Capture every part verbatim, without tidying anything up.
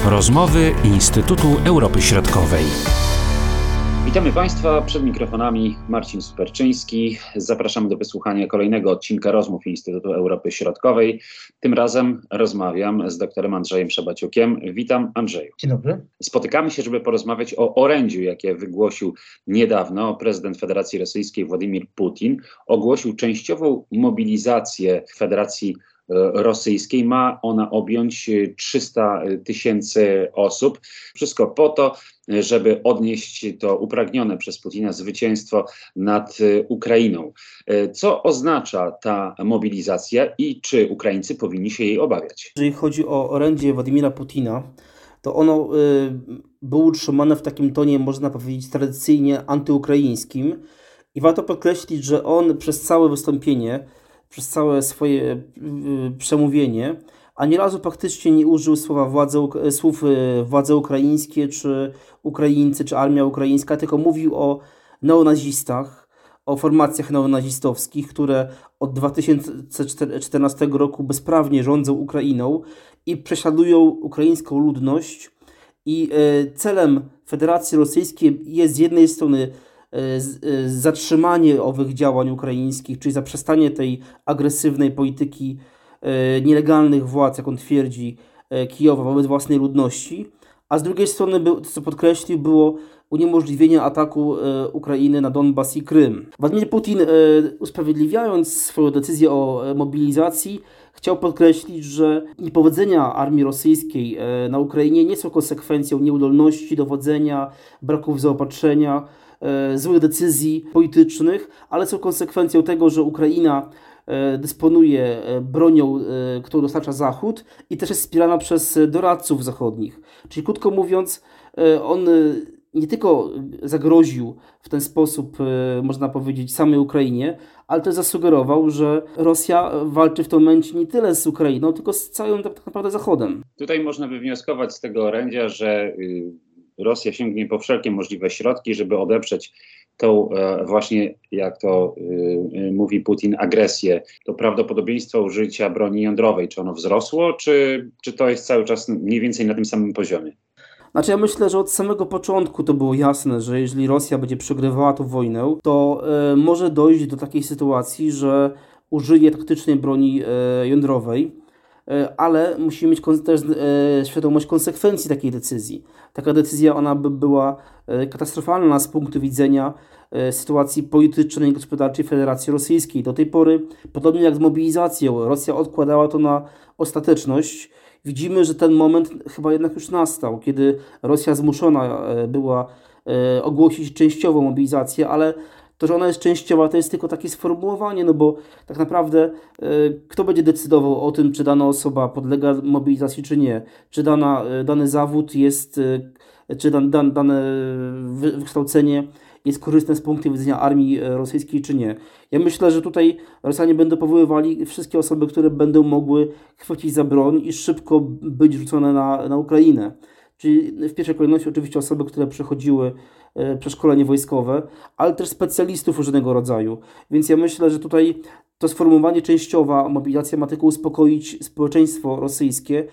Rozmowy Instytutu Europy Środkowej. Witamy Państwa, przed mikrofonami Marcin Superczyński. Zapraszam do wysłuchania kolejnego odcinka rozmów Instytutu Europy Środkowej. Tym razem rozmawiam z doktorem Andrzejem Szabaciukiem. Witam, Andrzeju. Dzień dobry. Spotykamy się, żeby porozmawiać o orędziu, jakie wygłosił niedawno prezydent Federacji Rosyjskiej Władimir Putin. Ogłosił częściową mobilizację Federacji Rosyjskiej. Ma ona objąć trzysta tysięcy osób. Wszystko po to, żeby odnieść to upragnione przez Putina zwycięstwo nad Ukrainą. Co oznacza ta mobilizacja i czy Ukraińcy powinni się jej obawiać? Jeżeli chodzi o orędzie Władimira Putina, to ono y, było utrzymane w takim tonie, można powiedzieć, tradycyjnie antyukraińskim. I warto podkreślić, że on przez całe wystąpienie, przez całe swoje y, przemówienie, ani razu praktycznie nie użył słowa władze, słów władze ukraińskie, czy Ukraińcy, czy armia ukraińska, tylko mówił o neonazistach, o formacjach neonazistowskich, które od dwa tysiące czternastego roku bezprawnie rządzą Ukrainą i prześladują ukraińską ludność. I celem Federacji Rosyjskiej jest z jednej strony zatrzymanie owych działań ukraińskich, czyli zaprzestanie tej agresywnej polityki nielegalnych władz, jak on twierdzi, Kijowa wobec własnej ludności, a z drugiej strony, to co podkreślił, było uniemożliwienie ataku Ukrainy na Donbas i Krym. Władimir Putin, usprawiedliwiając swoją decyzję o mobilizacji, chciał podkreślić, że niepowodzenia armii rosyjskiej na Ukrainie nie są konsekwencją nieudolności dowodzenia, braków zaopatrzenia, złych decyzji politycznych, ale są konsekwencją tego, że Ukraina dysponuje bronią, którą dostarcza Zachód i też jest wspierana przez doradców zachodnich. Czyli krótko mówiąc, on nie tylko zagroził w ten sposób, można powiedzieć, samej Ukrainie, ale też zasugerował, że Rosja walczy w tym momencie nie tyle z Ukrainą, tylko z całym tak naprawdę Zachodem. Tutaj można wywnioskować z tego orędzia, że Rosja sięgnie po wszelkie możliwe środki, żeby odeprzeć tą właśnie, jak to y, mówi Putin, agresję. To prawdopodobieństwo użycia broni jądrowej, czy ono wzrosło, czy, czy to jest cały czas mniej więcej na tym samym poziomie? Znaczy ja myślę, że od samego początku to było jasne, że jeżeli Rosja będzie przegrywała tę wojnę, to y, może dojść do takiej sytuacji, że użyje taktycznej broni y, jądrowej, y, ale musimy mieć kon- też y, świadomość konsekwencji takiej decyzji. Taka decyzja, ona by była y, katastrofalna z punktu widzenia y, sytuacji politycznej i gospodarczej Federacji Rosyjskiej. Do tej pory, podobnie jak z mobilizacją, Rosja odkładała to na ostateczność. Widzimy, że ten moment chyba jednak już nastał, kiedy Rosja zmuszona była ogłosić częściową mobilizację, ale to, że ona jest częściowa, to jest tylko takie sformułowanie, no bo tak naprawdę kto będzie decydował o tym, czy dana osoba podlega mobilizacji, czy nie, czy dana, dany zawód jest, czy dan, dan, dane wykształcenie jest korzystne z punktu widzenia armii rosyjskiej, czy nie. Ja myślę, że tutaj Rosjanie będą powoływali wszystkie osoby, które będą mogły chwycić za broń i szybko być rzucone na, na Ukrainę. Czyli w pierwszej kolejności oczywiście osoby, które przechodziły przeszkolenie wojskowe, ale też specjalistów różnego rodzaju. Więc ja myślę, że tutaj to sformułowanie częściowa mobilizacja ma tylko uspokoić społeczeństwo rosyjskie,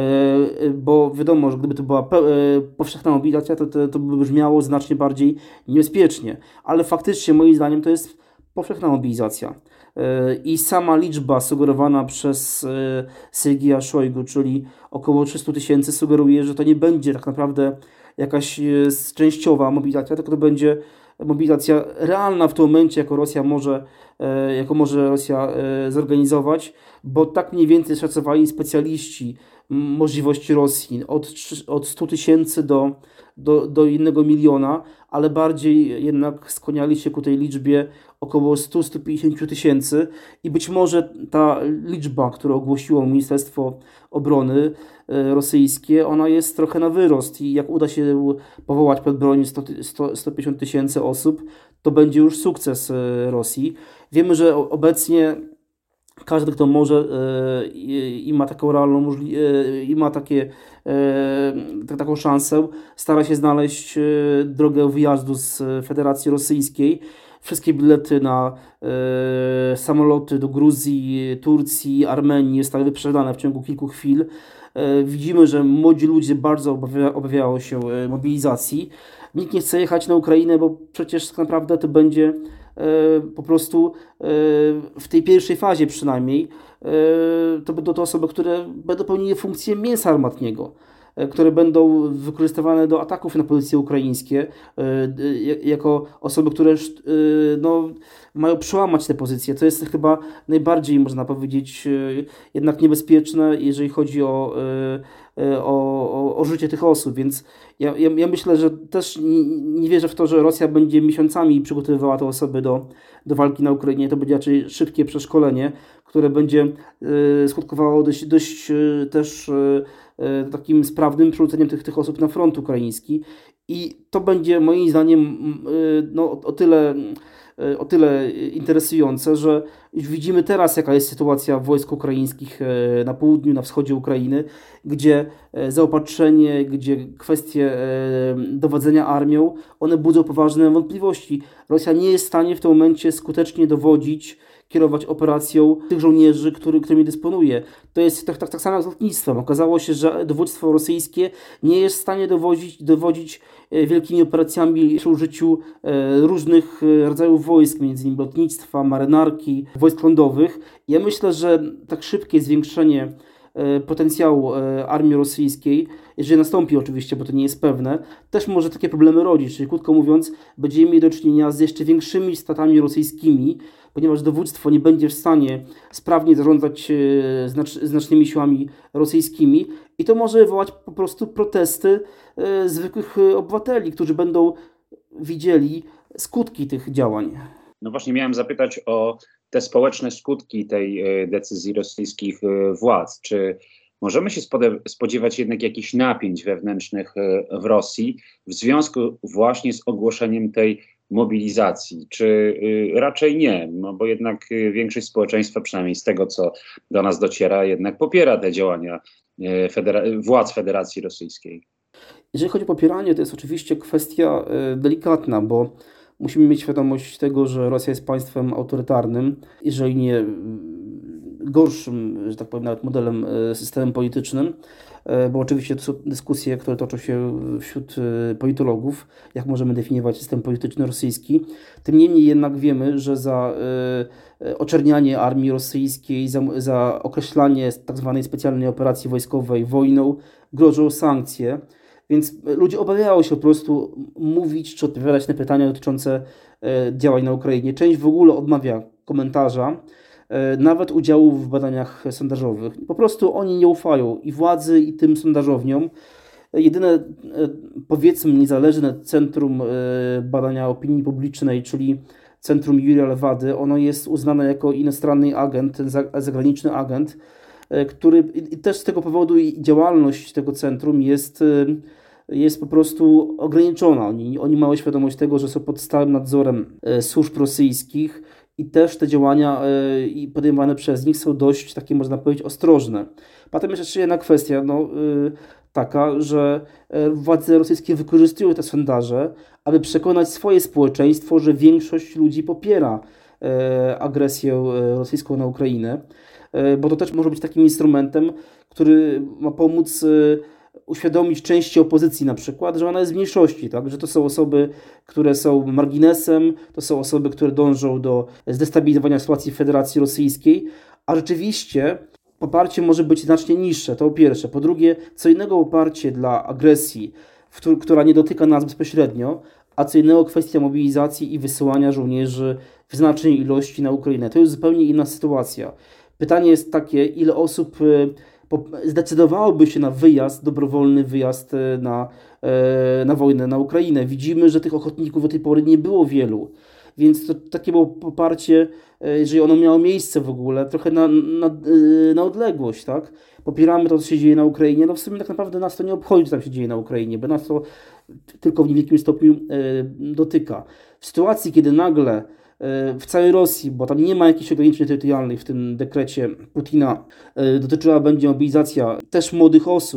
bo wiadomo, że gdyby to była powszechna mobilizacja, to, to, to by brzmiało znacznie bardziej niebezpiecznie. Ale faktycznie moim zdaniem to jest powszechna mobilizacja. I sama liczba sugerowana przez Sergija Szojgu, czyli około trzysta tysięcy, sugeruje, że to nie będzie tak naprawdę jakaś częściowa mobilizacja, tylko to będzie mobilizacja realna w tym momencie, jako Rosja może, jako może Rosja zorganizować, bo tak mniej więcej szacowali specjaliści możliwości Rosji od, od stu tysięcy do, do, do jednego miliona, ale bardziej jednak skłaniali się ku tej liczbie około stu do stu pięćdziesięciu tysięcy i być może ta liczba, którą ogłosiło Ministerstwo Obrony rosyjskie, ona jest trochę na wyrost i jak uda się powołać pod broń sto, sto pięćdziesiąt tysięcy osób, to będzie już sukces Rosji. Wiemy, że obecnie każdy, kto może i, i ma taką realną możliwość, i ma takie, e, taką szansę, stara się znaleźć drogę wyjazdu z Federacji Rosyjskiej. wszystkie bilety na e, samoloty do Gruzji, Turcji, Armenii zostały wyprzedane w ciągu kilku chwil. E, widzimy, że młodzi ludzie bardzo obawia, obawiają się e, mobilizacji. Nikt nie chce jechać na Ukrainę, bo przecież tak naprawdę to będzie e, po prostu e, w tej pierwszej fazie przynajmniej e, to będą to osoby, które będą pełniły funkcję mięsa armatniego, które będą wykorzystywane do ataków na policje ukraińskie, jako osoby, które no, mają przełamać te pozycje. To jest chyba najbardziej, można powiedzieć, jednak niebezpieczne, jeżeli chodzi o, o, o, o życie tych osób. Więc ja, ja, ja myślę, że też nie, nie wierzę w to, że Rosja będzie miesiącami przygotowywała te osoby do, do walki na Ukrainie. To będzie raczej szybkie przeszkolenie, które będzie skutkowało dość, dość też takim sprawnym przerzuceniem tych, tych osób na front ukraiński i to będzie moim zdaniem no, o tyle, o tyle interesujące, że już widzimy teraz, jaka jest sytuacja wojsk ukraińskich na południu, na wschodzie Ukrainy, gdzie zaopatrzenie, gdzie kwestie dowodzenia armią, one budzą poważne wątpliwości. Rosja nie jest w stanie w tym momencie skutecznie dowodzić, kierować operacją tych żołnierzy, który, którymi dysponuje. To jest tak, tak, tak samo jak z lotnictwem. Okazało się, że dowództwo rosyjskie nie jest w stanie dowodzić, dowodzić wielkimi operacjami przy użyciu różnych rodzajów wojsk, między innymi lotnictwa, marynarki, wojsk lądowych. Ja myślę, że tak szybkie zwiększenie potencjału armii rosyjskiej, jeżeli nastąpi oczywiście, bo to nie jest pewne, też może takie problemy rodzić. Czyli krótko mówiąc, będziemy mieli do czynienia z jeszcze większymi stratami rosyjskimi, ponieważ dowództwo nie będzie w stanie sprawnie zarządzać znacz, znacznymi siłami rosyjskimi i to może wywołać po prostu protesty e, zwykłych obywateli, którzy będą widzieli skutki tych działań. No właśnie miałem zapytać o te społeczne skutki tej decyzji rosyjskich władz. Czy możemy się spodziewać jednak jakichś napięć wewnętrznych w Rosji w związku właśnie z ogłoszeniem tej mobilizacji, czy raczej nie? No bo jednak większość społeczeństwa, przynajmniej z tego, co do nas dociera, jednak popiera te działania federa- władz Federacji Rosyjskiej. Jeżeli chodzi o popieranie, to jest oczywiście kwestia delikatna, bo musimy mieć świadomość tego, że Rosja jest państwem autorytarnym, jeżeli nie gorszym, że tak powiem, nawet modelem, systemem politycznym, bo oczywiście to są dyskusje, które toczą się wśród politologów, jak możemy definiować system polityczny rosyjski. Tym niemniej jednak wiemy, że za oczernianie armii rosyjskiej, za, za określanie tzw. specjalnej operacji wojskowej wojną grożą sankcje. Więc ludzie obawiają się po prostu mówić czy odpowiadać na pytania dotyczące działań na Ukrainie. Część w ogóle odmawia komentarza, nawet udziału w badaniach sondażowych. Po prostu oni nie ufają i władzy, i tym sondażowniom. Jedyne, powiedzmy, niezależne centrum badania opinii publicznej, czyli Centrum Jurija Lewady, ono jest uznane jako inostranny agent, zagraniczny agent, który i też z tego powodu działalność tego centrum jest, jest po prostu ograniczona. Oni, oni mają świadomość tego, że są pod stałym nadzorem służb rosyjskich i też te działania podejmowane przez nich są dość takie, można powiedzieć, ostrożne. Potem jest jeszcze jedna kwestia, no, taka, że władze rosyjskie wykorzystują te sondaże, aby przekonać swoje społeczeństwo, że większość ludzi popiera agresję rosyjską na Ukrainę, bo to też może być takim instrumentem, który ma pomóc uświadomić części opozycji na przykład, że ona jest w mniejszości, tak? Że to są osoby, które są marginesem, to są osoby, które dążą do zdestabilizowania sytuacji w Federacji Rosyjskiej, a rzeczywiście poparcie może być znacznie niższe, to po pierwsze. Po drugie, co innego poparcie dla agresji, która nie dotyka nas bezpośrednio, a co innego kwestia mobilizacji i wysyłania żołnierzy w znacznej ilości na Ukrainę. To jest zupełnie inna sytuacja. Pytanie jest takie, ile osób zdecydowałoby się na wyjazd, dobrowolny wyjazd na, na wojnę na Ukrainę. Widzimy, że tych ochotników do tej pory nie było wielu, więc to takie było poparcie, jeżeli ono miało miejsce w ogóle, trochę na, na, na odległość, tak? Popieramy to, co się dzieje na Ukrainie, no w sumie tak naprawdę nas to nie obchodzi, co tam się dzieje na Ukrainie, bo nas to tylko w niewielkim stopniu dotyka. W sytuacji, kiedy nagle w całej Rosji, bo tam nie ma jakichś ograniczeń terytorialnych w tym dekrecie Putina, dotyczyła będzie mobilizacja też młodych osób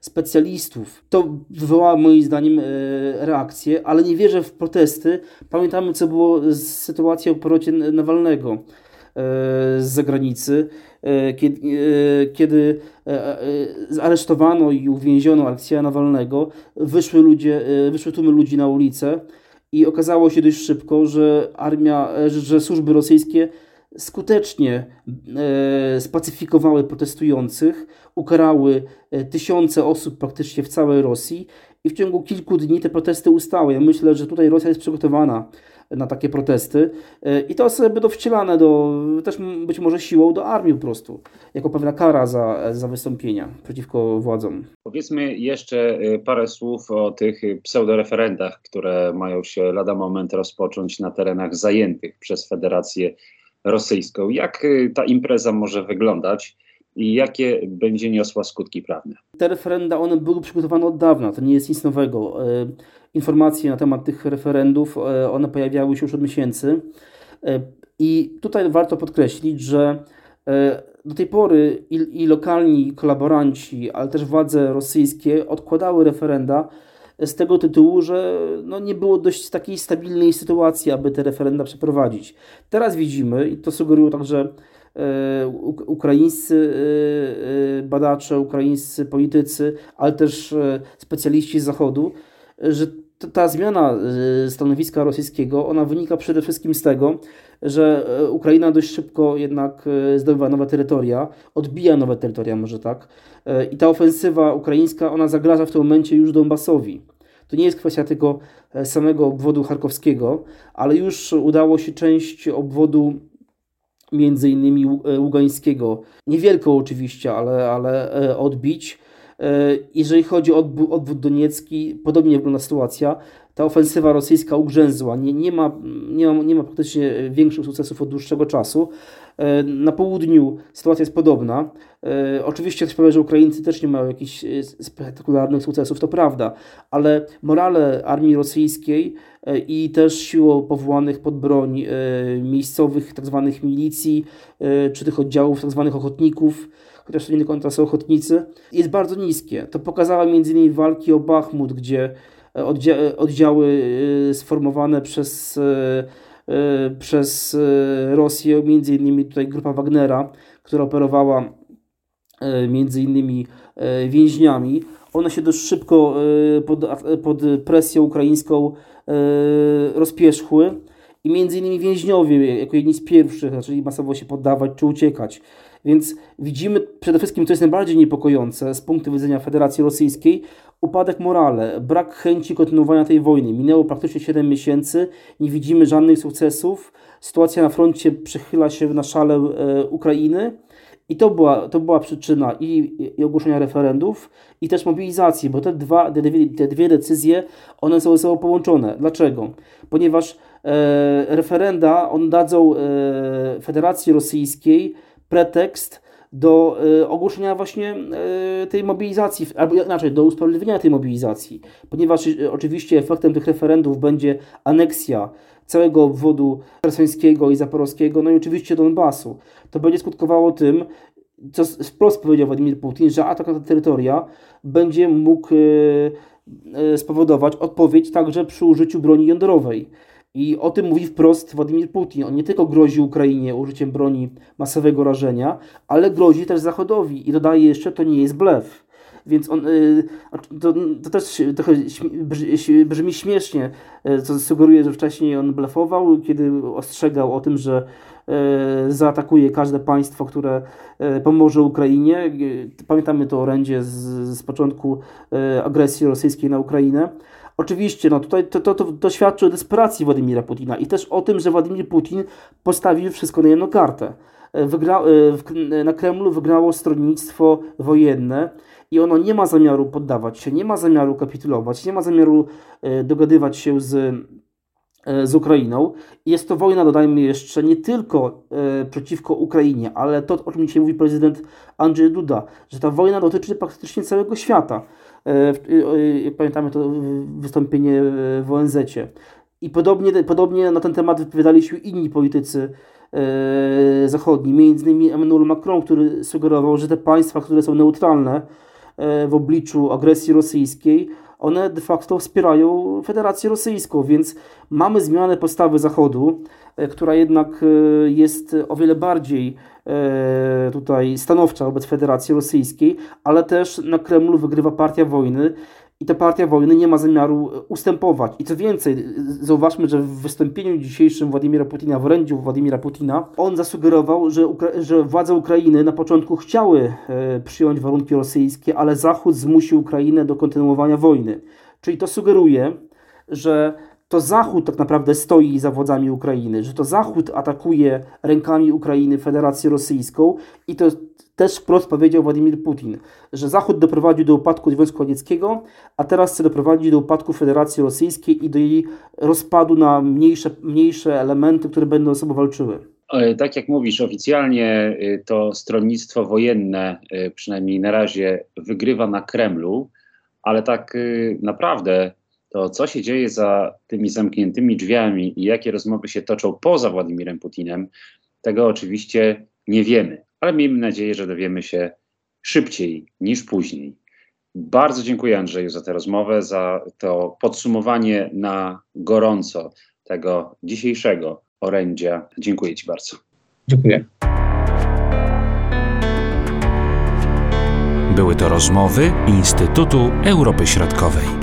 specjalistów. To wywołało moim zdaniem e, reakcję, ale nie wierzę w protesty. Pamiętamy, co było z sytuacją po powrocie Nawalnego z zagranicy, kiedy, kiedy zaresztowano i uwięziono Aleksieja Nawalnego, wyszły ludzie, wyszły tłumy ludzi na ulicę i okazało się dość szybko, że armia, że służby rosyjskie skutecznie spacyfikowały protestujących, ukarały tysiące osób praktycznie w całej Rosji i w ciągu kilku dni te protesty ustały. Ja myślę, że tutaj Rosja jest przygotowana na takie protesty i to osoby będą wcielane do, też być może siłą do armii po prostu, jako pewna kara za, za wystąpienia przeciwko władzom. Powiedzmy jeszcze parę słów o tych pseudoreferendach, które mają się lada moment rozpocząć na terenach zajętych przez Federację Rosyjską. Jak ta impreza może wyglądać i jakie będzie niosła skutki prawne? Te referenda, one były przygotowane od dawna, to nie jest nic nowego. Informacje na temat tych referendów, one pojawiały się już od miesięcy i tutaj warto podkreślić, że do tej pory i, i lokalni kolaboranci, ale też władze rosyjskie odkładały referenda z tego tytułu, że no nie było dość takiej stabilnej sytuacji, aby te referenda przeprowadzić. Teraz widzimy, i to sugerują także ukraińscy badacze, ukraińscy politycy, ale też specjaliści z Zachodu, że ta zmiana stanowiska rosyjskiego, ona wynika przede wszystkim z tego, że Ukraina dość szybko jednak zdobywa nowe terytoria, odbija nowe terytoria może tak, i ta ofensywa ukraińska, ona zagraża w tym momencie już Donbasowi. To nie jest kwestia tylko samego obwodu charkowskiego, ale już udało się część obwodu między innymi ługańskiego, niewielką oczywiście, ale, ale odbić. Jeżeli chodzi o obwód doniecki, podobnie wygląda sytuacja. Ta ofensywa rosyjska ugrzęzła, nie, nie, ma, nie, ma, nie ma praktycznie większych sukcesów od dłuższego czasu. Na południu sytuacja jest podobna. Oczywiście ktoś powie, że Ukraińcy też nie mają jakichś spektakularnych sukcesów, to prawda, ale morale armii rosyjskiej i też sił powołanych pod broń miejscowych tak zwanych milicji, czy tych oddziałów tak zwanych ochotników, chociaż to nie do końca są ochotnicy, jest bardzo niskie. To pokazały między innymi walki o Bachmut, gdzie oddzia- oddziały sformowane przez, przez Rosję, między innymi tutaj grupa Wagnera, która operowała między innymi więźniami, one się dość szybko pod, pod presją ukraińską rozpierzchły i między innymi więźniowie jako jedni z pierwszych zaczęli masowo się poddawać czy uciekać. Więc widzimy przede wszystkim, co jest najbardziej niepokojące z punktu widzenia Federacji Rosyjskiej, upadek morale, brak chęci kontynuowania tej wojny. Minęło praktycznie siedem miesięcy, nie widzimy żadnych sukcesów, sytuacja na froncie przechyla się na szale e, Ukrainy i to była, to była przyczyna i, i ogłoszenia referendów, i też mobilizacji, bo te, dwa, te, dwie, te dwie decyzje, one są ze sobą połączone. Dlaczego? Ponieważ e, referenda on dadzą e, Federacji Rosyjskiej pretekst do y, ogłoszenia właśnie y, tej mobilizacji, albo inaczej, do usprawiedliwienia tej mobilizacji, ponieważ y, oczywiście efektem tych referendów będzie aneksja całego obwodu chersońskiego i zaporowskiego, no i oczywiście Donbasu. To będzie skutkowało tym, co wprost powiedział Władimir Putin, że atak na te terytoria będzie mógł y, y, spowodować odpowiedź także przy użyciu broni jądrowej. I o tym mówi wprost Władimir Putin. On nie tylko grozi Ukrainie użyciem broni masowego rażenia, ale grozi też Zachodowi i dodaje jeszcze, to nie jest blef. Więc on, to, to też trochę brzmi śmiesznie, co sugeruje, że wcześniej on blefował, kiedy ostrzegał o tym, że zaatakuje każde państwo, które pomoże Ukrainie. Pamiętamy to orędzie z, z początku agresji rosyjskiej na Ukrainę. Oczywiście, no tutaj to, to, to, to świadczy o desperacji Władimira Putina i też o tym, że Władimir Putin postawił wszystko na jedną kartę. Wygra, na Kremlu wygrało stronnictwo wojenne i ono nie ma zamiaru poddawać się, nie ma zamiaru kapitulować, nie ma zamiaru dogadywać się z, z Ukrainą. Jest to wojna, dodajmy jeszcze, nie tylko przeciwko Ukrainie, ale to, o czym dzisiaj mówi prezydent Andrzej Duda, że ta wojna dotyczy praktycznie całego świata. Jak pamiętamy to wystąpienie w O N Z-cie. I podobnie, podobnie na ten temat wypowiadali się inni politycy zachodni, między innymi Emmanuel Macron, który sugerował, że te państwa, które są neutralne w obliczu agresji rosyjskiej, one de facto wspierają Federację Rosyjską, więc mamy zmianę postawy Zachodu, która jednak jest o wiele bardziej tutaj stanowcza wobec Federacji Rosyjskiej, ale też na Kremlu wygrywa partia wojny i ta partia wojny nie ma zamiaru ustępować. I co więcej, zauważmy, że w wystąpieniu dzisiejszym Władimira Putina, w orędziu Władimira Putina, on zasugerował, że, Ukra- że władze Ukrainy na początku chciały e, przyjąć warunki rosyjskie, ale Zachód zmusił Ukrainę do kontynuowania wojny. Czyli to sugeruje, że to Zachód tak naprawdę stoi za władzami Ukrainy, że to Zachód atakuje rękami Ukrainy Federację Rosyjską i to też wprost powiedział Władimir Putin, że Zachód doprowadził do upadku Związku Radzieckiego, a teraz chce doprowadzić do upadku Federacji Rosyjskiej i do jej rozpadu na mniejsze, mniejsze elementy, które będą ze sobą walczyły. Tak jak mówisz, oficjalnie to stronnictwo wojenne, przynajmniej na razie, wygrywa na Kremlu, ale tak naprawdę to, co się dzieje za tymi zamkniętymi drzwiami i jakie rozmowy się toczą poza Władimirem Putinem, tego oczywiście nie wiemy. Ale miejmy nadzieję, że dowiemy się szybciej niż później. Bardzo dziękuję, Andrzeju, za tę rozmowę, za to podsumowanie na gorąco tego dzisiejszego orędzia. Dziękuję Ci bardzo. Dziękuję. Były to rozmowy Instytutu Europy Środkowej.